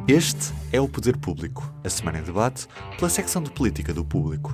Este é o Poder Público, a semana em debate pela secção de Política do Público.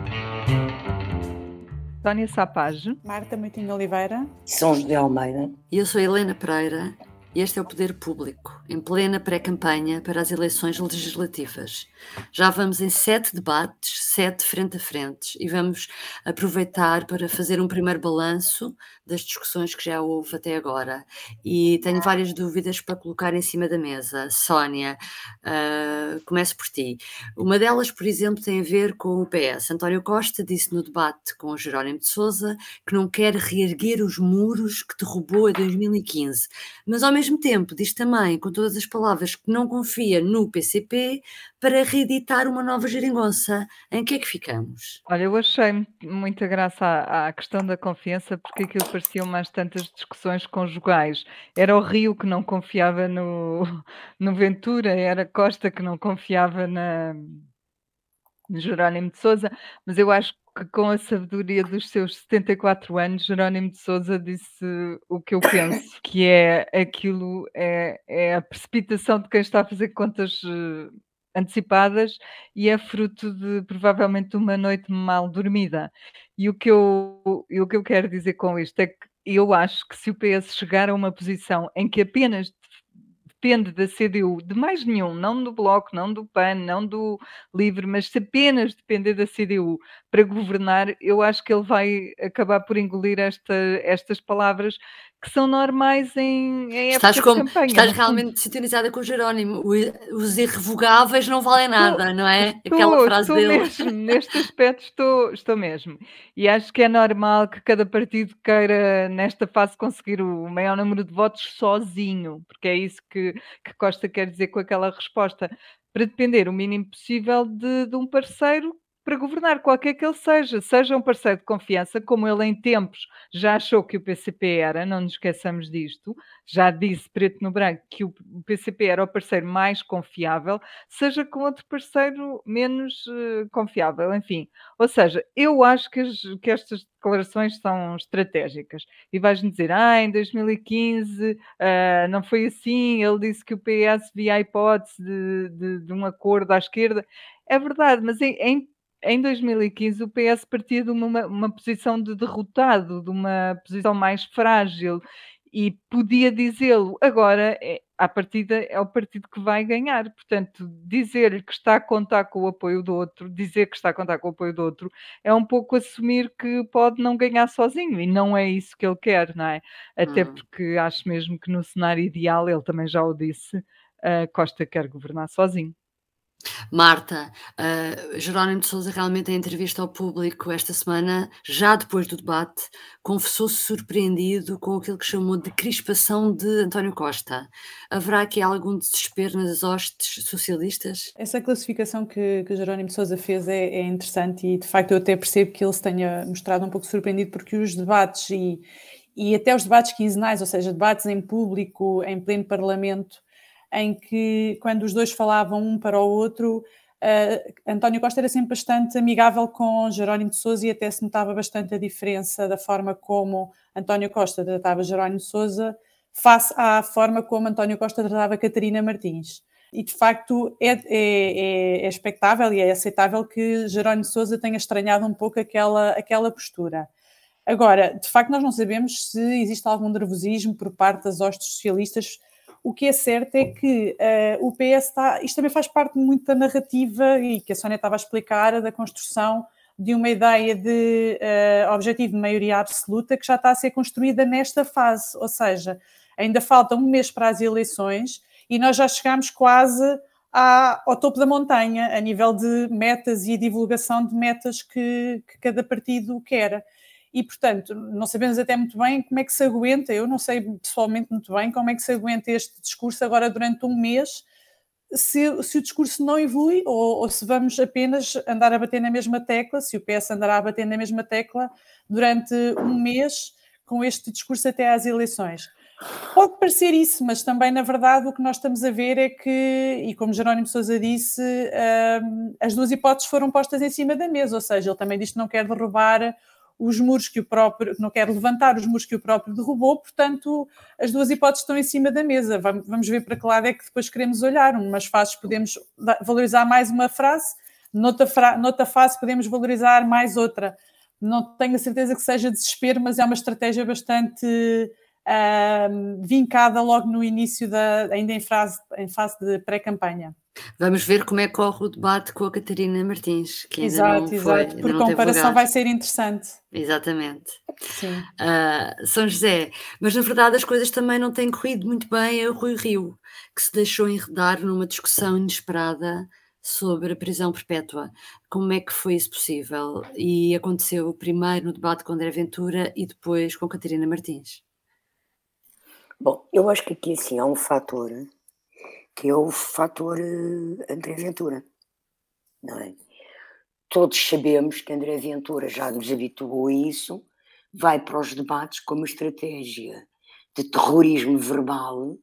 Sónia Sapage, Marta Moutinho Oliveira, São José Almeida. E eu sou Helena Pereira e este é o Poder Público, em plena pré-campanha para as eleições legislativas. Já vamos em 7 debates, 7 frente a frente, e vamos aproveitar para fazer um primeiro balanço das discussões que já houve até agora. E tenho várias dúvidas para colocar em cima da mesa. Sónia, começo por ti. Uma delas, por exemplo, tem a ver com o PS. António Costa disse no debate com o Jerónimo de Sousa que não quer reerguer os muros que derrubou em 2015, mas ao mesmo tempo diz também, com todas as palavras, que não confia no PCP para reeditar uma nova geringonça. Em que é que ficamos? olha, eu achei muita graça à questão da confiança, porque aquilo pareciam mais tantas discussões conjugais. Era o Rio que não confiava no Ventura, era Costa que não confiava no Jerónimo de Sousa, mas eu acho que com a sabedoria dos seus 74 anos, Jerónimo de Sousa disse o que eu penso, que é aquilo, é a precipitação de quem está a fazer contas antecipadas e é fruto de provavelmente uma noite mal dormida. E o que eu quero dizer com isto é que eu acho que se o PS chegar a uma posição em que apenas depende da CDU, de mais nenhum, não do Bloco, não do PAN, não do LIVRE, mas se apenas depender da CDU para governar, eu acho que ele vai acabar por engolir estas palavras que são normais em época de campanha. Estás no fundo. realmente sintonizada com o Jerónimo. Os irrevogáveis não valem nada, não é? Estou, Aquela frase estou dele. mesmo, neste aspecto estou mesmo. E acho que é normal que cada partido queira, nesta fase, conseguir o maior número de votos sozinho, porque é isso que Costa quer dizer com aquela resposta, para depender o mínimo possível de um parceiro para governar, qualquer que ele seja um parceiro de confiança, como ele em tempos já achou que o PCP era, não nos esqueçamos disto, já disse preto no branco que o PCP era o parceiro mais confiável, seja com outro parceiro menos confiável, enfim. Ou seja, eu acho que estas declarações são estratégicas. E vais-me dizer, em 2015 não foi assim, ele disse que o PS via a hipótese de um acordo à esquerda. É verdade, mas em 2015 o PS partia de uma posição de derrotado, de uma posição mais frágil e podia dizê-lo. Agora, à partida, é o partido que vai ganhar. Portanto, dizer-lhe que está a contar com o apoio do outro, dizer que está a contar com o apoio do outro, é um pouco assumir que pode não ganhar sozinho e não é isso que ele quer, não é? Até porque acho mesmo que no cenário ideal, ele também já o disse, Costa quer governar sozinho. Marta, Jerónimo de Sousa realmente em entrevista ao público esta semana, já depois do debate, confessou-se surpreendido com aquilo que chamou de crispação de António Costa. Haverá aqui algum desespero nas hostes socialistas? essa classificação que Jerónimo de Sousa fez é interessante e de facto eu até percebo que ele se tenha mostrado um pouco surpreendido porque os debates e até os debates quinzenais, ou seja, debates em público, em pleno parlamento, em que quando os dois falavam um para o outro, António Costa era sempre bastante amigável com Jerónimo de Sousa e até se notava bastante a diferença da forma como António Costa tratava Jerónimo de Sousa face à forma como António Costa tratava Catarina Martins. E, de facto, é expectável e é aceitável que Jerónimo de Sousa tenha estranhado um pouco aquela postura. Agora, de facto, nós não sabemos se existe algum nervosismo por parte das hostes socialistas. O que é certo é que o PS está... Isto também faz parte muito da narrativa e que a Sónia estava a explicar, da construção de uma ideia de objetivo de maioria absoluta que já está a ser construída nesta fase. Ou seja, ainda falta um mês para as eleições e nós já chegamos quase ao topo da montanha, a nível de metas e divulgação de metas que cada partido quer. E, portanto, não sabemos até muito bem como é que se aguenta, eu não sei pessoalmente muito bem como é que se aguenta este discurso agora durante um mês, se o discurso não evolui ou se vamos apenas andar a bater na mesma tecla, se o PS andará a bater na mesma tecla durante um mês com este discurso até às eleições. Pode parecer isso, mas também, na verdade, o que nós estamos a ver é que, e como Jerónimo de Sousa disse, as duas hipóteses foram postas em cima da mesa, ou seja, ele também diz que não quer derrubar os muros que o próprio, não quer levantar os muros que o próprio derrubou, portanto, as duas hipóteses estão em cima da mesa. Vamos ver para que lado é que depois queremos olhar. Umas fases podemos valorizar mais uma frase, noutra fase podemos valorizar mais outra. Não tenho a certeza que seja desespero, mas é uma estratégia bastante vincada logo no início, ainda em fase de pré-campanha. Vamos ver como é que corre o debate com a Catarina Martins, que ainda Exato, não foi, exato. ainda Por não teve comparação lugar. vai ser interessante. Exatamente. Sim. São José, mas na verdade as coisas também não têm corrido muito bem a Rui Rio, que se deixou enredar numa discussão inesperada sobre a prisão perpétua. Como é que foi isso possível? E aconteceu primeiro no debate com André Ventura e depois com Catarina Martins. Bom, eu acho que aqui assim há um fator que é o fator André Ventura, não é? Todos sabemos que André Ventura já nos habituou a isso, vai para os debates com uma estratégia de terrorismo verbal,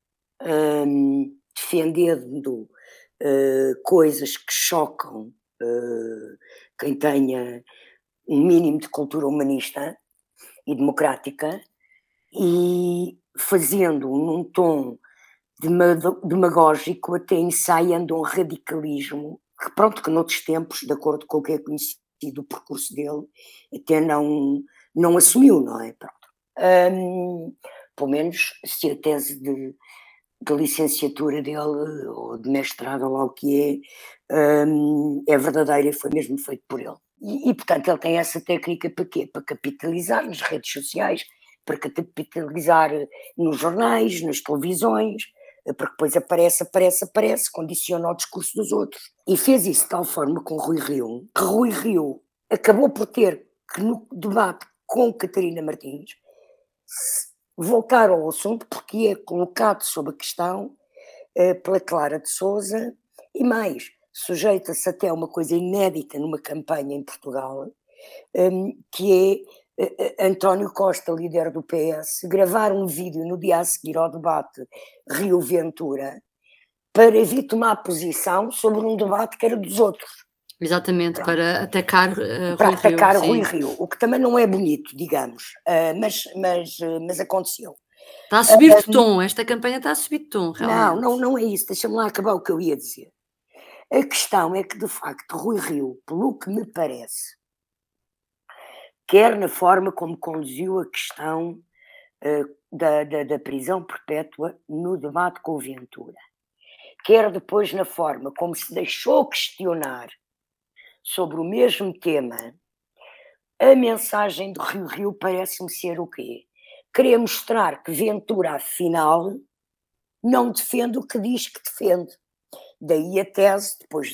defendendo coisas que chocam quem tenha um mínimo de cultura humanista e democrática, e fazendo num tom demagógico, até ensaiando um radicalismo que noutros tempos, de acordo com o que é conhecido o percurso dele, até não assumiu, não é? Pronto. Pelo menos se a tese de licenciatura dele, ou de mestrado, ou lá o que é verdadeira e foi mesmo feito por ele. E portanto ele tem essa técnica para quê? Para capitalizar nas redes sociais, para capitalizar nos jornais, nas televisões, porque depois aparece, condiciona o discurso dos outros. E fez isso de tal forma com Rui Rio, que Rui Rio acabou por ter que, no debate com Catarina Martins, voltar ao assunto, porque é colocado sob a questão pela Clara de Sousa, e mais, sujeita-se até a uma coisa inédita numa campanha em Portugal, que é António Costa, líder do PS, gravar um vídeo no dia a seguir ao debate Rio Ventura para vir tomar posição sobre um debate que era dos outros. Exatamente, Pronto. para atacar para Rui Rio. atacar Sim. Rui Rio, o que também não é bonito, digamos, mas aconteceu. Está a subir de tom, esta campanha está a subir de tom, realmente. Não é isso, deixa-me lá acabar o que eu ia dizer. A questão é que, de facto, Rui Rio, pelo que me parece, quer na forma como conduziu a questão da prisão perpétua no debate com o Ventura, quer depois na forma como se deixou questionar sobre o mesmo tema, a mensagem do Rui Rio parece-me ser o quê? Querer mostrar que Ventura, afinal, não defende o que diz que defende. Daí a tese, depois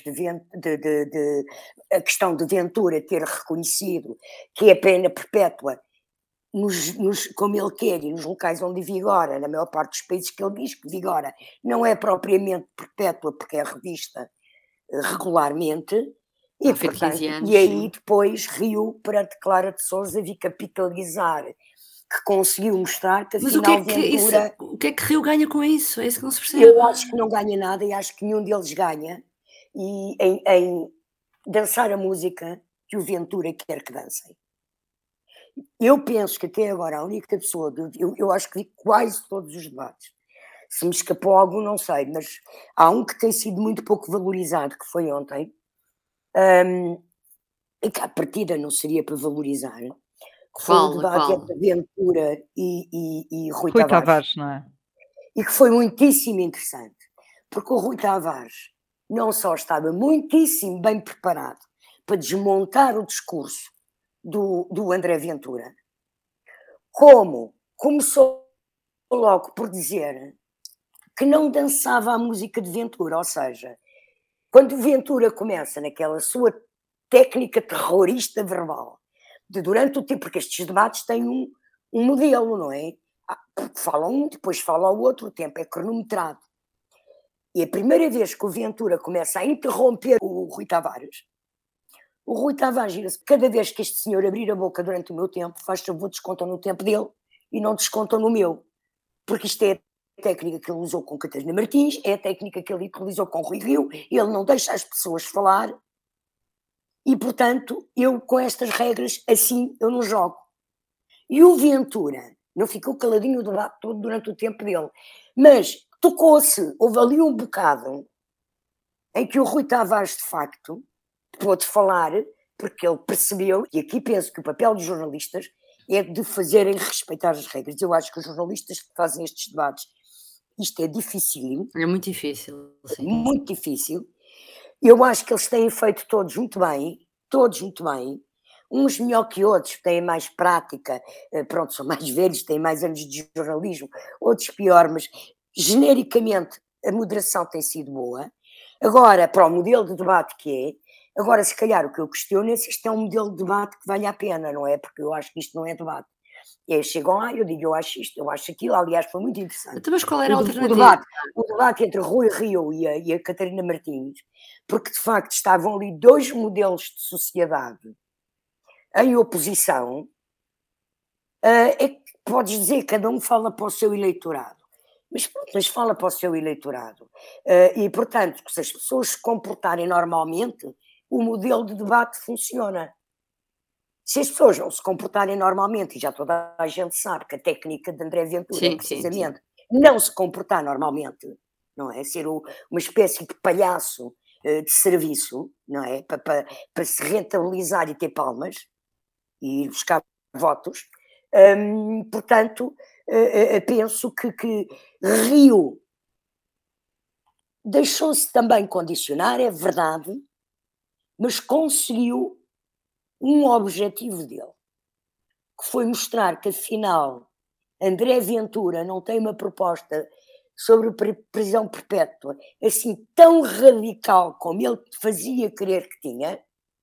de a questão de Ventura ter reconhecido que a pena perpétua, como ele quer, e nos locais onde vigora, na maior parte dos países que ele diz que vigora, não é propriamente perpétua, porque é revista regularmente, e, portanto, anos, e aí sim. depois Rio, perante Clara de Sousa, vi capitalizar, que conseguiu mostrar que Mas afinal o que é que Rio ganha com isso? É isso que não se percebe. Eu acho que não ganha nada e acho que nenhum deles ganha em dançar a música que o Ventura quer que dancem. Eu penso que até agora a única pessoa, eu acho que vi quase todos os debates. Se me escapou algum, não sei, mas há um que tem sido muito pouco valorizado, que foi ontem, e que à partida não seria para valorizar, que foi o debate entre Ventura e Rui Tavares, não é? E que foi muitíssimo interessante, porque o Rui Tavares não só estava muitíssimo bem preparado para desmontar o discurso do André Ventura, como começou logo por dizer que não dançava a música de Ventura, ou seja, quando o Ventura começa naquela sua técnica terrorista verbal, durante o tempo, porque estes debates têm um modelo, não é? Porque fala um, depois fala o outro, o tempo é cronometrado. E a primeira vez que o Ventura começa a interromper o Rui Tavares gira-se. Cada vez que este senhor abrir a boca durante o meu tempo, faz favor, descontam no tempo dele e não descontam no meu. Porque isto é a técnica que ele usou com Catarina Martins, é a técnica que ele utilizou com Rui Rio, ele não deixa as pessoas falar E, portanto, eu com estas regras, assim, eu não jogo. E o Ventura não ficou caladinho o debate todo durante o tempo dele, mas tocou-se, houve ali um bocado em que o Rui Tavares, de facto, pôde falar, porque ele percebeu, e aqui penso que o papel dos jornalistas é de fazerem respeitar as regras. Eu acho que os jornalistas que fazem estes debates, isto é dificílimo, É muito difícil, sim. muito difícil. Eu acho que eles têm feito todos muito bem, uns melhor que outros, têm mais prática, pronto, são mais velhos, têm mais anos de jornalismo, outros pior, mas genericamente a moderação tem sido boa. Agora, para o modelo de debate que é, agora se calhar o que eu questiono é se isto é um modelo de debate que vale a pena, não é? Porque eu acho que isto não é debate. Chegam lá e eu digo, eu acho isto, eu acho aquilo, aliás, foi muito interessante. Então, mas qual era a alternativa? O debate entre Rui Rio e a Catarina Martins, porque de facto estavam ali dois modelos de sociedade em oposição, é que podes dizer, cada um fala para o seu eleitorado. Mas fala para o seu eleitorado. E, portanto, se as pessoas se comportarem normalmente, o modelo de debate funciona. Se as pessoas não se comportarem normalmente, e já toda a gente sabe que a técnica de André Ventura é precisamente não se comportar normalmente, não é? Ser uma espécie de palhaço de serviço, não é? Para se rentabilizar e ter palmas e ir buscar votos. Portanto, penso que Rio deixou-se também condicionar, é verdade, mas conseguiu um objetivo dele, que foi mostrar que afinal André Ventura não tem uma proposta sobre prisão perpétua assim tão radical como ele fazia crer que tinha,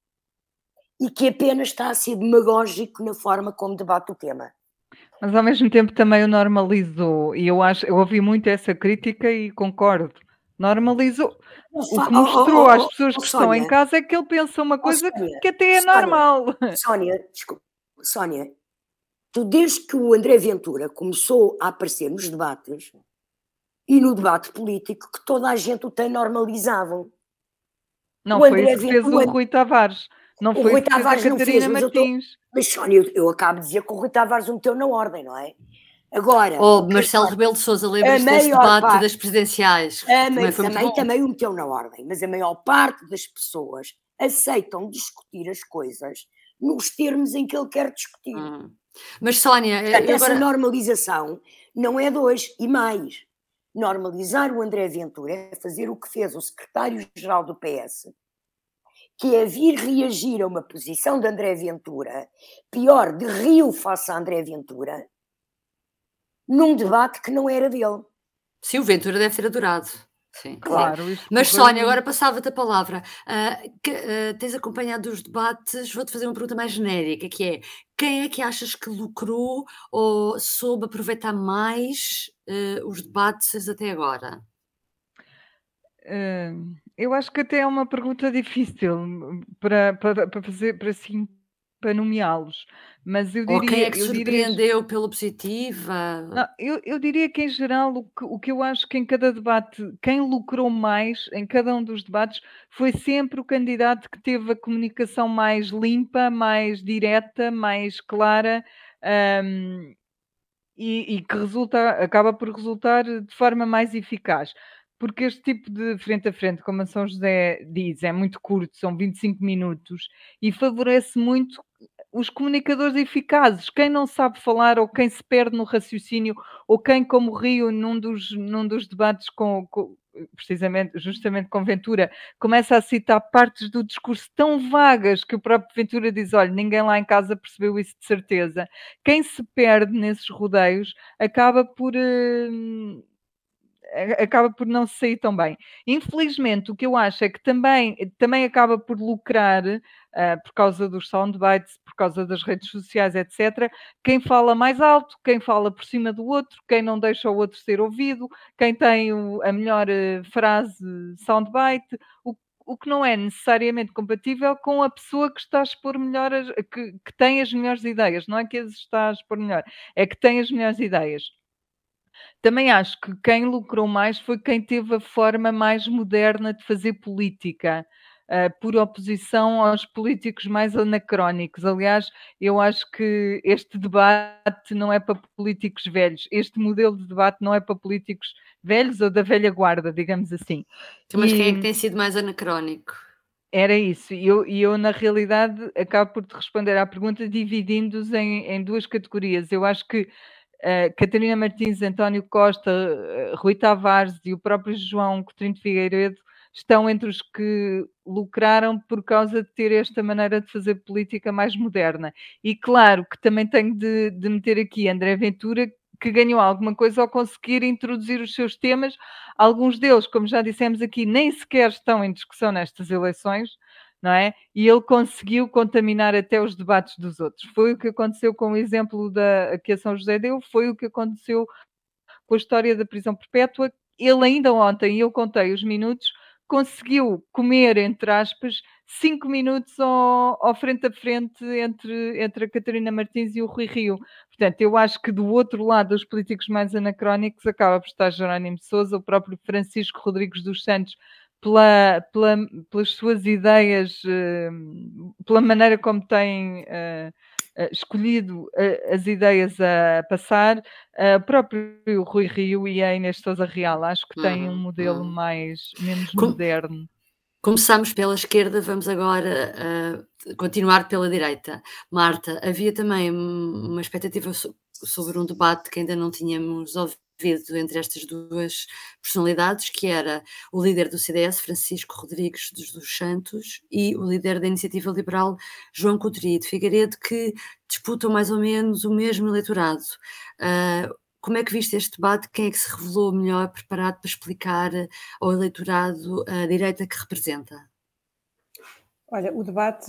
e que apenas está a ser demagógico na forma como debate o tema. Mas ao mesmo tempo também o normalizou, e eu ouvi muito essa crítica e concordo. Normalizou. O que mostrou às pessoas que estão em casa é que ele pensa uma coisa que até é normal. Sónia, desculpa, Sónia, tu desde que o André Ventura começou a aparecer nos debates e no debate político, que toda a gente o tem normalizado. Não foi isso que fez o Rui Tavares. Não foi isso que fez a Catarina Martins. Mas Sónia, eu acabo de dizer que o Rui Tavares o meteu na ordem, não é? Agora, Marcelo Rebelo de Sousa, lembra-se desse debate das presidenciais? Também o meteu na ordem, mas a maior parte das pessoas aceitam discutir as coisas nos termos em que ele quer discutir. Mas Sónia, essa normalização não é de hoje, e mais, normalizar o André Ventura é fazer o que fez o secretário-geral do PS, que é vir reagir a uma posição de André Ventura, pior, de Rio face a André Ventura, num debate que não era dele. Sim, o Ventura deve ter adorado. Sim, claro. Mas Sónia, agora passava-te a palavra. Tens acompanhado os debates, vou-te fazer uma pergunta mais genérica, que é: quem é que achas que lucrou ou soube aproveitar mais os debates até agora? Eu acho que até é uma pergunta difícil para fazer, para nomeá-los, mas eu diria... Ou quem é que surpreendeu pela positiva? Não, eu diria que em geral o que eu acho que em cada debate, quem lucrou mais em cada um dos debates foi sempre o candidato que teve a comunicação mais limpa, mais direta, mais clara, e que acaba por resultar de forma mais eficaz. Porque este tipo de frente a frente, como a São José diz, é muito curto, são 25 minutos, e favorece muito os comunicadores eficazes. Quem não sabe falar, ou quem se perde no raciocínio, ou quem, como o Rio, num dos debates precisamente, justamente com Ventura, começa a citar partes do discurso tão vagas que o próprio Ventura diz: olha, ninguém lá em casa percebeu isso de certeza. Quem se perde nesses rodeios acaba por não se sair tão bem. Infelizmente, o que eu acho é que também acaba por lucrar, por causa dos soundbites, por causa das redes sociais, etc., quem fala mais alto, quem fala por cima do outro, quem não deixa o outro ser ouvido, quem tem a melhor frase soundbite, o que não é necessariamente compatível com a pessoa que está a expor melhor, que tem as melhores ideias. Não é que as está a expor melhor, é que tem as melhores ideias. Também acho que quem lucrou mais foi quem teve a forma mais moderna de fazer política. por oposição aos políticos mais anacrónicos. Aliás, eu acho que este debate não é para políticos velhos, este modelo de debate não é para políticos velhos ou da velha guarda, digamos assim. Mas quem é que E tem sido mais anacrónico? era isso, e eu na realidade acabo por te responder à pergunta dividindo-os em duas categorias. Eu acho que Catarina Martins, António Costa, Rui Tavares e o próprio João Coutinho de Figueiredo estão entre os que lucraram por causa de ter esta maneira de fazer política mais moderna. E claro que também tenho de meter aqui André Ventura, que ganhou alguma coisa ao conseguir introduzir os seus temas. Alguns deles, como já dissemos aqui, nem sequer estão em discussão nestas eleições, não é? E ele conseguiu contaminar até os debates dos outros. Foi o que aconteceu com o exemplo que a São José deu, foi o que aconteceu com a história da prisão perpétua. Ele ainda ontem, eu contei os minutos, conseguiu comer, entre aspas, 5 minutos ao frente a frente entre a Catarina Martins e o Rui Rio. Portanto, eu acho que do outro lado dos políticos mais anacrónicos acaba por estar Jerónimo de Sousa, o próprio Francisco Rodrigues dos Santos, pelas suas ideias, pela maneira como tem escolhido as ideias a passar, próprio Rui Rio e a Inês Sousa Real, acho que têm um modelo menos moderno. Começámos pela esquerda, vamos agora continuar pela direita. Marta, havia também uma expectativa sobre um debate que ainda não tínhamos ouvido entre estas duas personalidades, que era o líder do CDS, Francisco Rodrigues dos Santos, e o líder da Iniciativa Liberal, João Coutinho de Figueiredo, que disputam mais ou menos o mesmo eleitorado. Como é que viste este debate? Quem é que se revelou melhor preparado para explicar ao eleitorado a direita que representa? Olha, o debate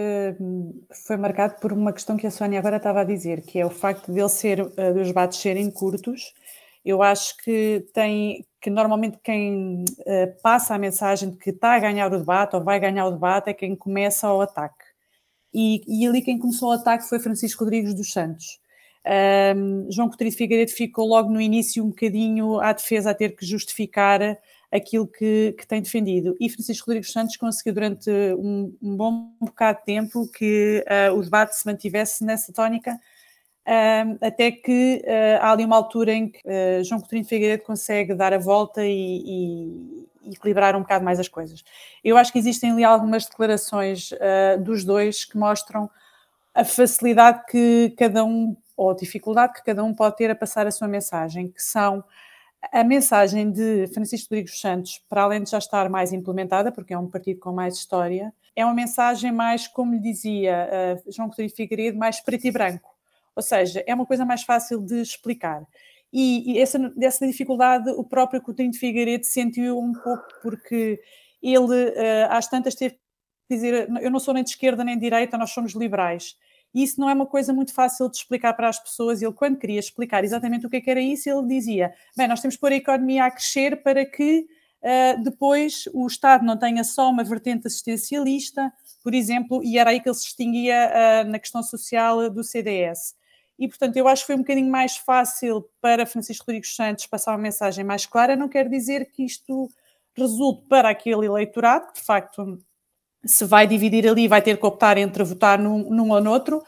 foi marcado por uma questão que a Sónia agora estava a dizer, que é o facto de dos debates serem curtos. Eu acho que normalmente quem passa a mensagem de que está a ganhar o debate ou vai ganhar o debate é quem começa o ataque. E ali quem começou o ataque foi Francisco Rodrigues dos Santos. João Coutinho de Figueiredo ficou logo no início um bocadinho à defesa, a ter que justificar aquilo que tem defendido. E Francisco Rodrigues dos Santos conseguiu durante um bom bocado de tempo que o debate se mantivesse nessa tónica, até que há ali uma altura em que João Coutinho de Figueiredo consegue dar a volta e equilibrar um bocado mais as coisas. Eu acho que existem ali algumas declarações dos dois que mostram a facilidade que cada um, ou a dificuldade que cada um pode ter a passar a sua mensagem, que são a mensagem de Francisco Rodrigues dos Santos, para além de já estar mais implementada, porque é um partido com mais história, é uma mensagem mais, como lhe dizia João Coutinho de Figueiredo, mais preto e branco. Ou seja, é uma coisa mais fácil de explicar. E dessa dificuldade o próprio Coutinho de Figueiredo sentiu um pouco, porque ele às tantas teve que dizer: eu não sou nem de esquerda nem de direita, nós somos liberais. E isso não é uma coisa muito fácil de explicar para as pessoas. Ele, quando queria explicar exatamente o que era isso, ele dizia: bem, nós temos que pôr a economia a crescer para que depois o Estado não tenha só uma vertente assistencialista, por exemplo, e era aí que ele se distinguia na questão social do CDS. E, portanto, eu acho que foi um bocadinho mais fácil para Francisco Rodrigues Santos passar uma mensagem mais clara. Não quer dizer que isto resulte para aquele eleitorado, que de facto se vai dividir ali, vai ter que optar entre votar num ou noutro.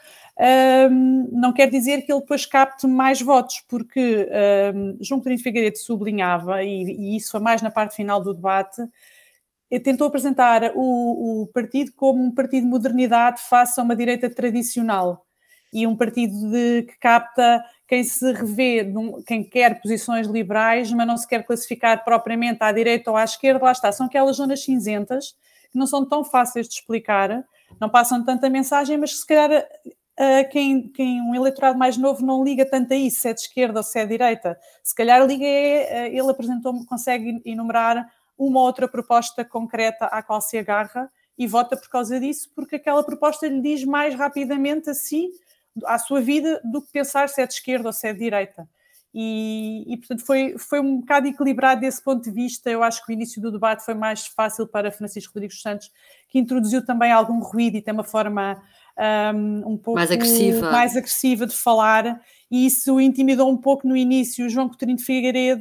Não quer dizer que ele depois capte mais votos, porque João Coutinho de Figueiredo sublinhava, e isso foi mais na parte final do debate, tentou apresentar o partido como um partido de modernidade face a uma direita tradicional. E um partido que capta quem se revê, quem quer posições liberais, mas não se quer classificar propriamente à direita ou à esquerda. Lá está, são aquelas zonas cinzentas que não são tão fáceis de explicar, não passam tanta mensagem, mas que se calhar quem um eleitorado mais novo não liga tanto a isso, se é de esquerda ou se é de direita. Se calhar liga ele consegue enumerar uma ou outra proposta concreta à qual se agarra e vota por causa disso, porque aquela proposta lhe diz mais rapidamente a si, à sua vida, do que pensar se é de esquerda ou se é de direita. E portanto, foi um bocado equilibrado desse ponto de vista. Eu acho que o início do debate foi mais fácil para Francisco Rodrigues dos Santos, que introduziu também algum ruído e tem uma forma um pouco mais agressiva de falar, e isso intimidou um pouco no início João Coutinho de Figueiredo,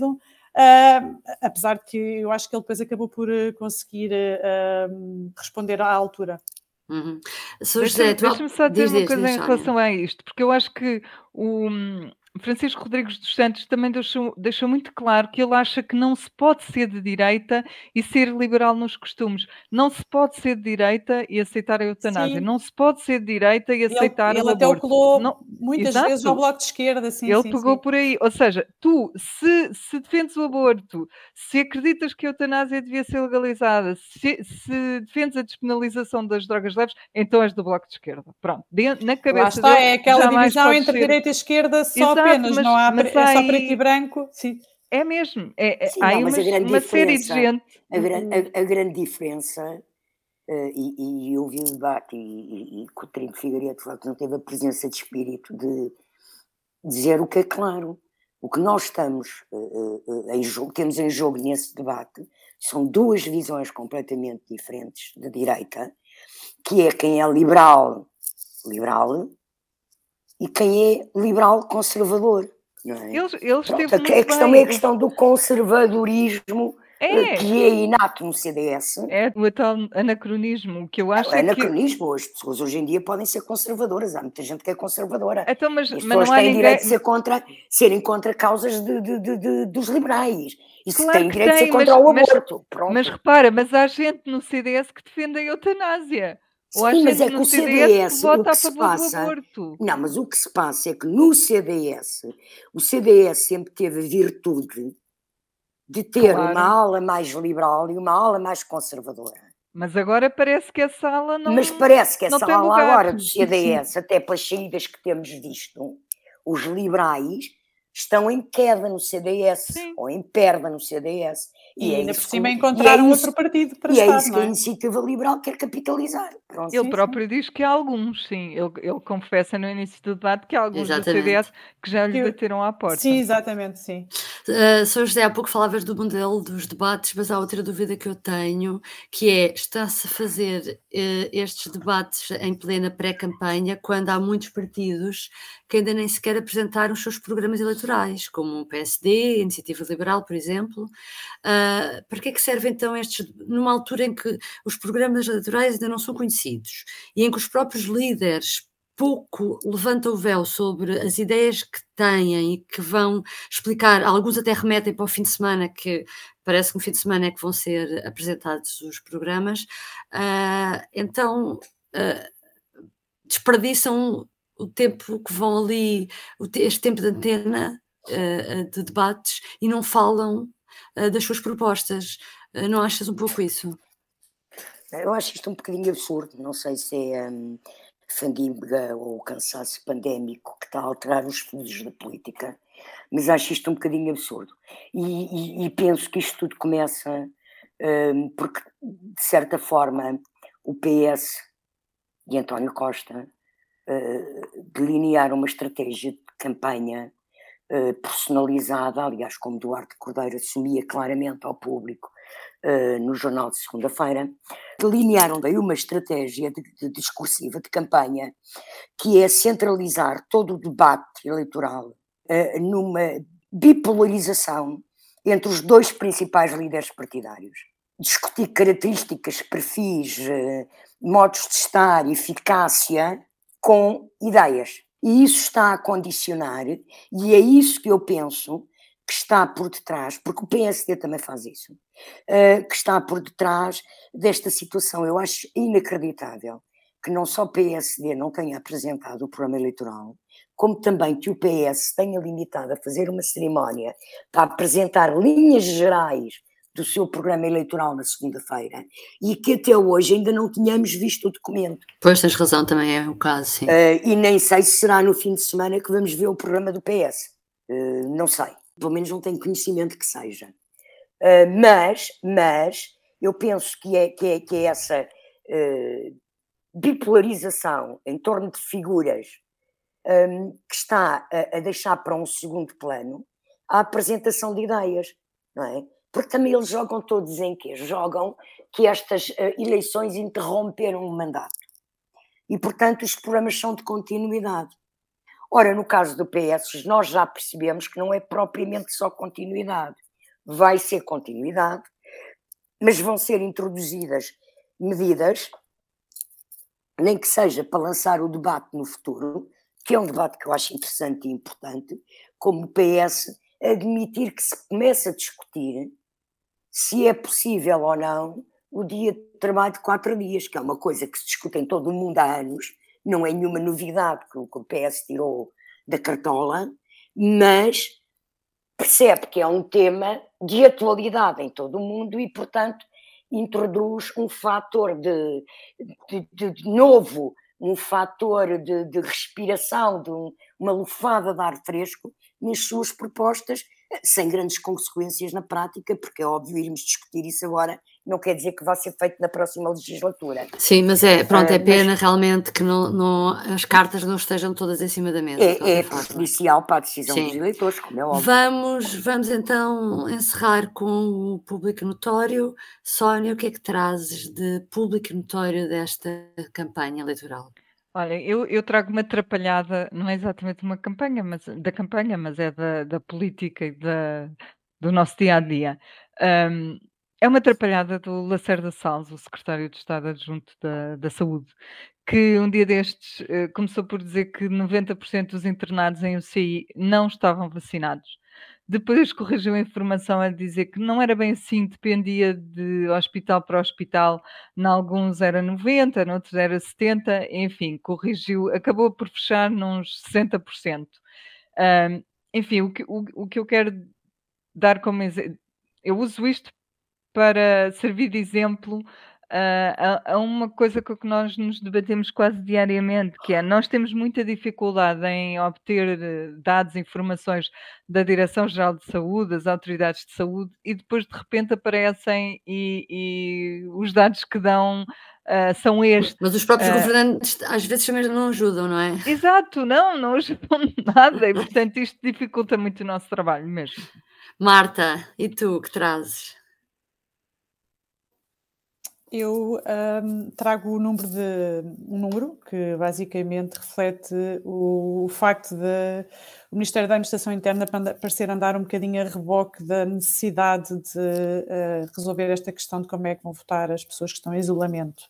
apesar de que eu acho que ele depois acabou por conseguir responder à altura. Sou José, Deixa-me só dizer diz, uma diz, coisa diz, em Sónia. relação a isto, porque eu acho que o Francisco Rodrigues dos Santos também deixou muito claro que ele acha que não se pode ser de direita e ser liberal nos costumes. Não se pode ser de direita e aceitar a eutanásia. Sim. Não se pode ser de direita e aceitar Ele o até o aborto. colou Não, muitas vezes ao exato. Bloco de Esquerda, sim, Ele sim, pegou sim. por aí. Ou seja, tu, se defendes o aborto, se acreditas que a eutanásia devia ser legalizada, se defendes a despenalização das drogas leves, então és do Bloco de Esquerda. Pronto. Na Lá cabeça está, dele, é aquela jamais divisão podes entre ser... direita e esquerda só Exato, apenas, não há, mas é há só preto e aí... branco, sim. É mesmo. Sim, Há aí não, mas a grande uma série de diferença, gente... a grande diferença, e eu vi o debate e Coutinho Figueiredo de facto não teve a presença de espírito de dizer o que é claro. O que nós estamos temos em jogo nesse debate são duas visões completamente diferentes de direita, que é quem é liberal e quem é liberal conservador. Não é? Ele Pronto, esteve muito a questão bem. é a questão do conservadorismo que é inato no CDS. É o tal anacronismo, que eu acho É é que... anacronismo. As pessoas hoje em dia podem ser conservadoras. Há muita gente que é conservadora. Então, E mas as não pessoas há têm direito ninguém... de serem contra causas dos liberais. E Claro têm que direito de ser tem, contra o aborto. Pronto. mas repara, mas há gente no CDS que defende a eutanásia. Ou há Sim, mas gente é que no o CDS que CDS, vota o que a se favor do passa... aborto. Não, mas o que se passa é que no CDS, o CDS sempre teve a virtude de ter Claro. uma ala mais liberal e uma ala mais conservadora. Mas agora parece que essa ala não... Mas parece que não essa tem ala lugar. agora do CDS, até pelas saídas que temos visto, os liberais estão em queda no CDS, Sim. ou em perda no CDS. E ainda por isso cima que- encontraram e é isso- outro partido para E é estar, isso que não a é? Iniciativa Liberal quer capitalizar. Pronto. Ele Sim, próprio diz que há alguns, sim. Ele confessa no início do debate que há alguns do Exatamente. CDS que já lhe Que- bateram à porta. Sim, exatamente, sim. Sr. José, há pouco falavas do modelo dos debates, mas há outra dúvida que eu tenho, que é, está-se a fazer estes debates em plena pré-campanha, quando há muitos partidos que ainda nem sequer apresentaram os seus programas eleitorais, como o PSD, a Iniciativa Liberal, por exemplo. Para que é que servem então estes, numa altura em que os programas eleitorais ainda não são conhecidos e em que os próprios líderes pouco levantam o véu sobre as ideias que têm e que vão explicar, alguns até remetem para o fim de semana, que parece que no fim de semana é que vão ser apresentados os programas, então desperdiçam o tempo que vão ali, este tempo de antena de debates e não falam das suas propostas. Não achas um pouco isso? Eu acho isto um bocadinho absurdo. Não sei se é fandíbega ou cansaço pandémico que está a alterar os fluidos da política, mas acho isto um bocadinho absurdo. E penso que isto tudo começa porque, de certa forma, o PS e António Costa delinearam uma estratégia de campanha personalizada, aliás, como Duarte Cordeiro assumia claramente ao público no jornal de segunda-feira, delinearam daí uma estratégia discursiva de campanha que é centralizar todo o debate eleitoral numa bipolarização entre os dois principais líderes partidários. Discutir características, perfis, modos de estar, eficácia, com ideias. E isso está a condicionar, e é isso que eu penso que está por detrás, porque o PSD também faz isso, que está por detrás desta situação. Eu acho inacreditável que não só o PSD não tenha apresentado o programa eleitoral, como também que o PS tenha limitado a fazer uma cerimónia para apresentar linhas gerais do seu programa eleitoral na segunda-feira e que até hoje ainda não tínhamos visto o documento. Pois, tens razão, também é o caso, sim. E nem sei se será no fim de semana que vamos ver o programa do PS. Não sei, pelo menos não tenho conhecimento que seja. Mas eu penso que é essa bipolarização em torno de figuras que está a deixar para um segundo plano a apresentação de ideias, não é? Porque também eles jogam todos em quê? Jogam que estas eleições interromperam o mandato. E, portanto, os programas são de continuidade. Ora, no caso do PS, nós já percebemos que não é propriamente só continuidade. vai ser continuidade, mas vão ser introduzidas medidas, nem que seja para lançar o debate no futuro, que é um debate que eu acho interessante e importante, como o PS admitir que se começa a discutir se é possível ou não o dia de trabalho de 4 dias, que é uma coisa que se discute em todo o mundo há anos, não é nenhuma novidade que o PS tirou da cartola, mas percebe que é um tema de atualidade em todo o mundo e, portanto, introduz um fator de novo, um fator de respiração, de uma lufada de ar fresco nas suas propostas, sem grandes consequências na prática, porque é óbvio irmos discutir isso agora, não quer dizer que vai ser feito na próxima legislatura. Sim, mas é pena realmente que as cartas não estejam todas em cima da mesa. É prejudicial para a decisão dos eleitores, como é óbvio. Vamos então encerrar com o público notório. Sónia, o que é que trazes de público notório desta campanha eleitoral? Olha, eu trago uma atrapalhada, não é exatamente uma campanha, mas é da política e do nosso dia a dia. É uma atrapalhada do Lacerda Salles, o secretário de Estado adjunto da Saúde, que um dia destes começou por dizer que 90% dos internados em UCI não estavam vacinados. Depois corrigiu a informação a dizer que não era bem assim, dependia de hospital para hospital, em alguns era 90, noutros era 70, enfim, corrigiu, acabou por fechar nos 60%. Enfim, o que eu quero dar como exemplo, eu uso isto para servir de exemplo a uma coisa com que nós nos debatemos quase diariamente, que é, nós temos muita dificuldade em obter dados, informações da Direção-Geral de Saúde, das autoridades de saúde, e depois de repente aparecem e os dados que dão são estes. Mas os próprios governantes às vezes também não ajudam, não é? Exato, não ajudam nada, e portanto isto dificulta muito o nosso trabalho mesmo. Marta, e tu, que trazes? Eu trago um número que basicamente reflete o facto de o Ministério da Administração Interna parecer andar um bocadinho a reboque da necessidade de resolver esta questão de como é que vão votar as pessoas que estão em isolamento.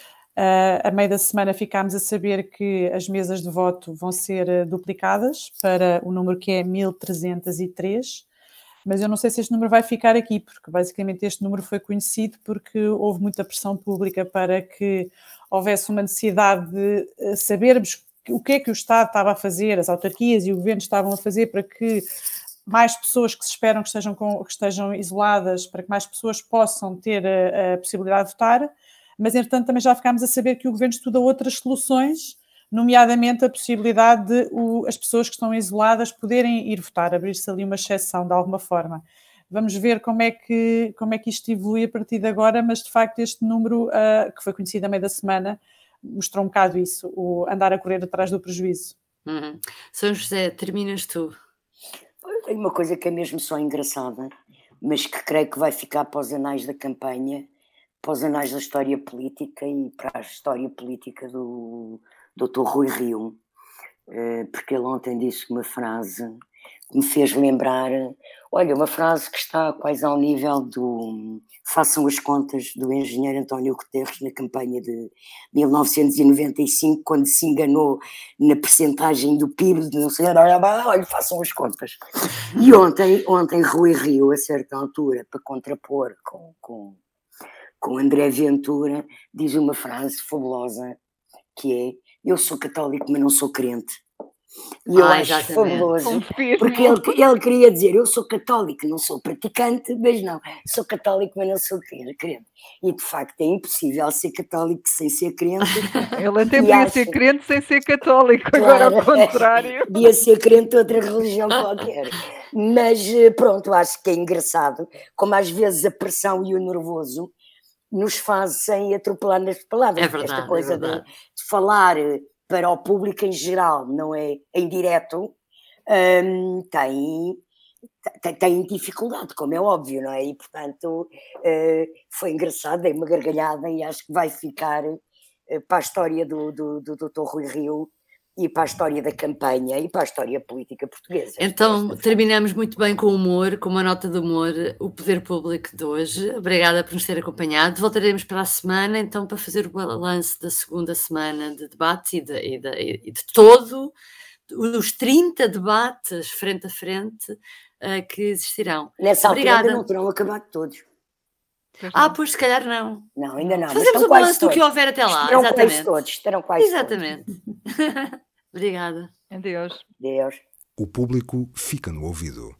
A meio da semana ficámos a saber que as mesas de voto vão ser duplicadas para o número que é 1303. Mas eu não sei se este número vai ficar aqui, porque basicamente este número foi conhecido porque houve muita pressão pública para que houvesse uma necessidade de sabermos o que é que o Estado estava a fazer, as autarquias e o Governo estavam a fazer para que mais pessoas que se esperam que estejam isoladas, para que mais pessoas possam ter a possibilidade de votar, mas entretanto também já ficámos a saber que o Governo estuda outras soluções, nomeadamente a possibilidade de as pessoas que estão isoladas poderem ir votar, abrir-se ali uma exceção de alguma forma. Vamos ver como é que isto evolui a partir de agora, mas de facto este número, que foi conhecido a meio da semana, mostrou um bocado isso, o andar a correr atrás do prejuízo. São José, terminas tu. Tem uma coisa que é mesmo só engraçada, mas que creio que vai ficar para os anais da campanha, para os anais da história política e para a história política do Dr. Rui Rio, porque ele ontem disse uma frase que me fez lembrar, olha, uma frase que está quase ao nível do façam as contas do engenheiro António Guterres na campanha de 1995, quando se enganou na percentagem do PIB, de não sei, olha, façam as contas. E ontem Rui Rio, a certa altura, para contrapor com André Ventura, diz uma frase fabulosa, que é: eu sou católico, mas não sou crente. E eu acho fabuloso, porque ele queria dizer: eu sou católico, não sou praticante, mas não, sou católico, mas não sou crente. E de facto é impossível ser católico sem ser crente. Ele até podia ser crente sem ser católico, claro, agora ao contrário. Podia ser crente de outra religião qualquer. Mas pronto, acho que é engraçado como às vezes a pressão e o nervoso nos fazem atropelar nas palavras. É verdade, esta coisa de falar para o público em geral, não é em direto, tem dificuldade, como é óbvio, não é? E portanto foi engraçado, dei uma gargalhada e acho que vai ficar para a história do Dr. Rui Rio e para a história da campanha e para a história política portuguesa. Então, terminamos muito bem com humor, com uma nota de humor, o Poder Público de hoje. Obrigada por nos ter acompanhado. Voltaremos para a semana, então, para fazer o balanço da segunda semana de debates e de todo os 30 debates frente a frente que existirão. Nessa altura Obrigada. ainda não terão acabado todos. Pois se calhar não. Não, ainda não. mas Fazemos estão o quase balanço do que todos. houver até lá. Estarão quase Exatamente. todos. Estarão quase Exatamente. Obrigada. Adeus. todos. Deus. O público fica no ouvido.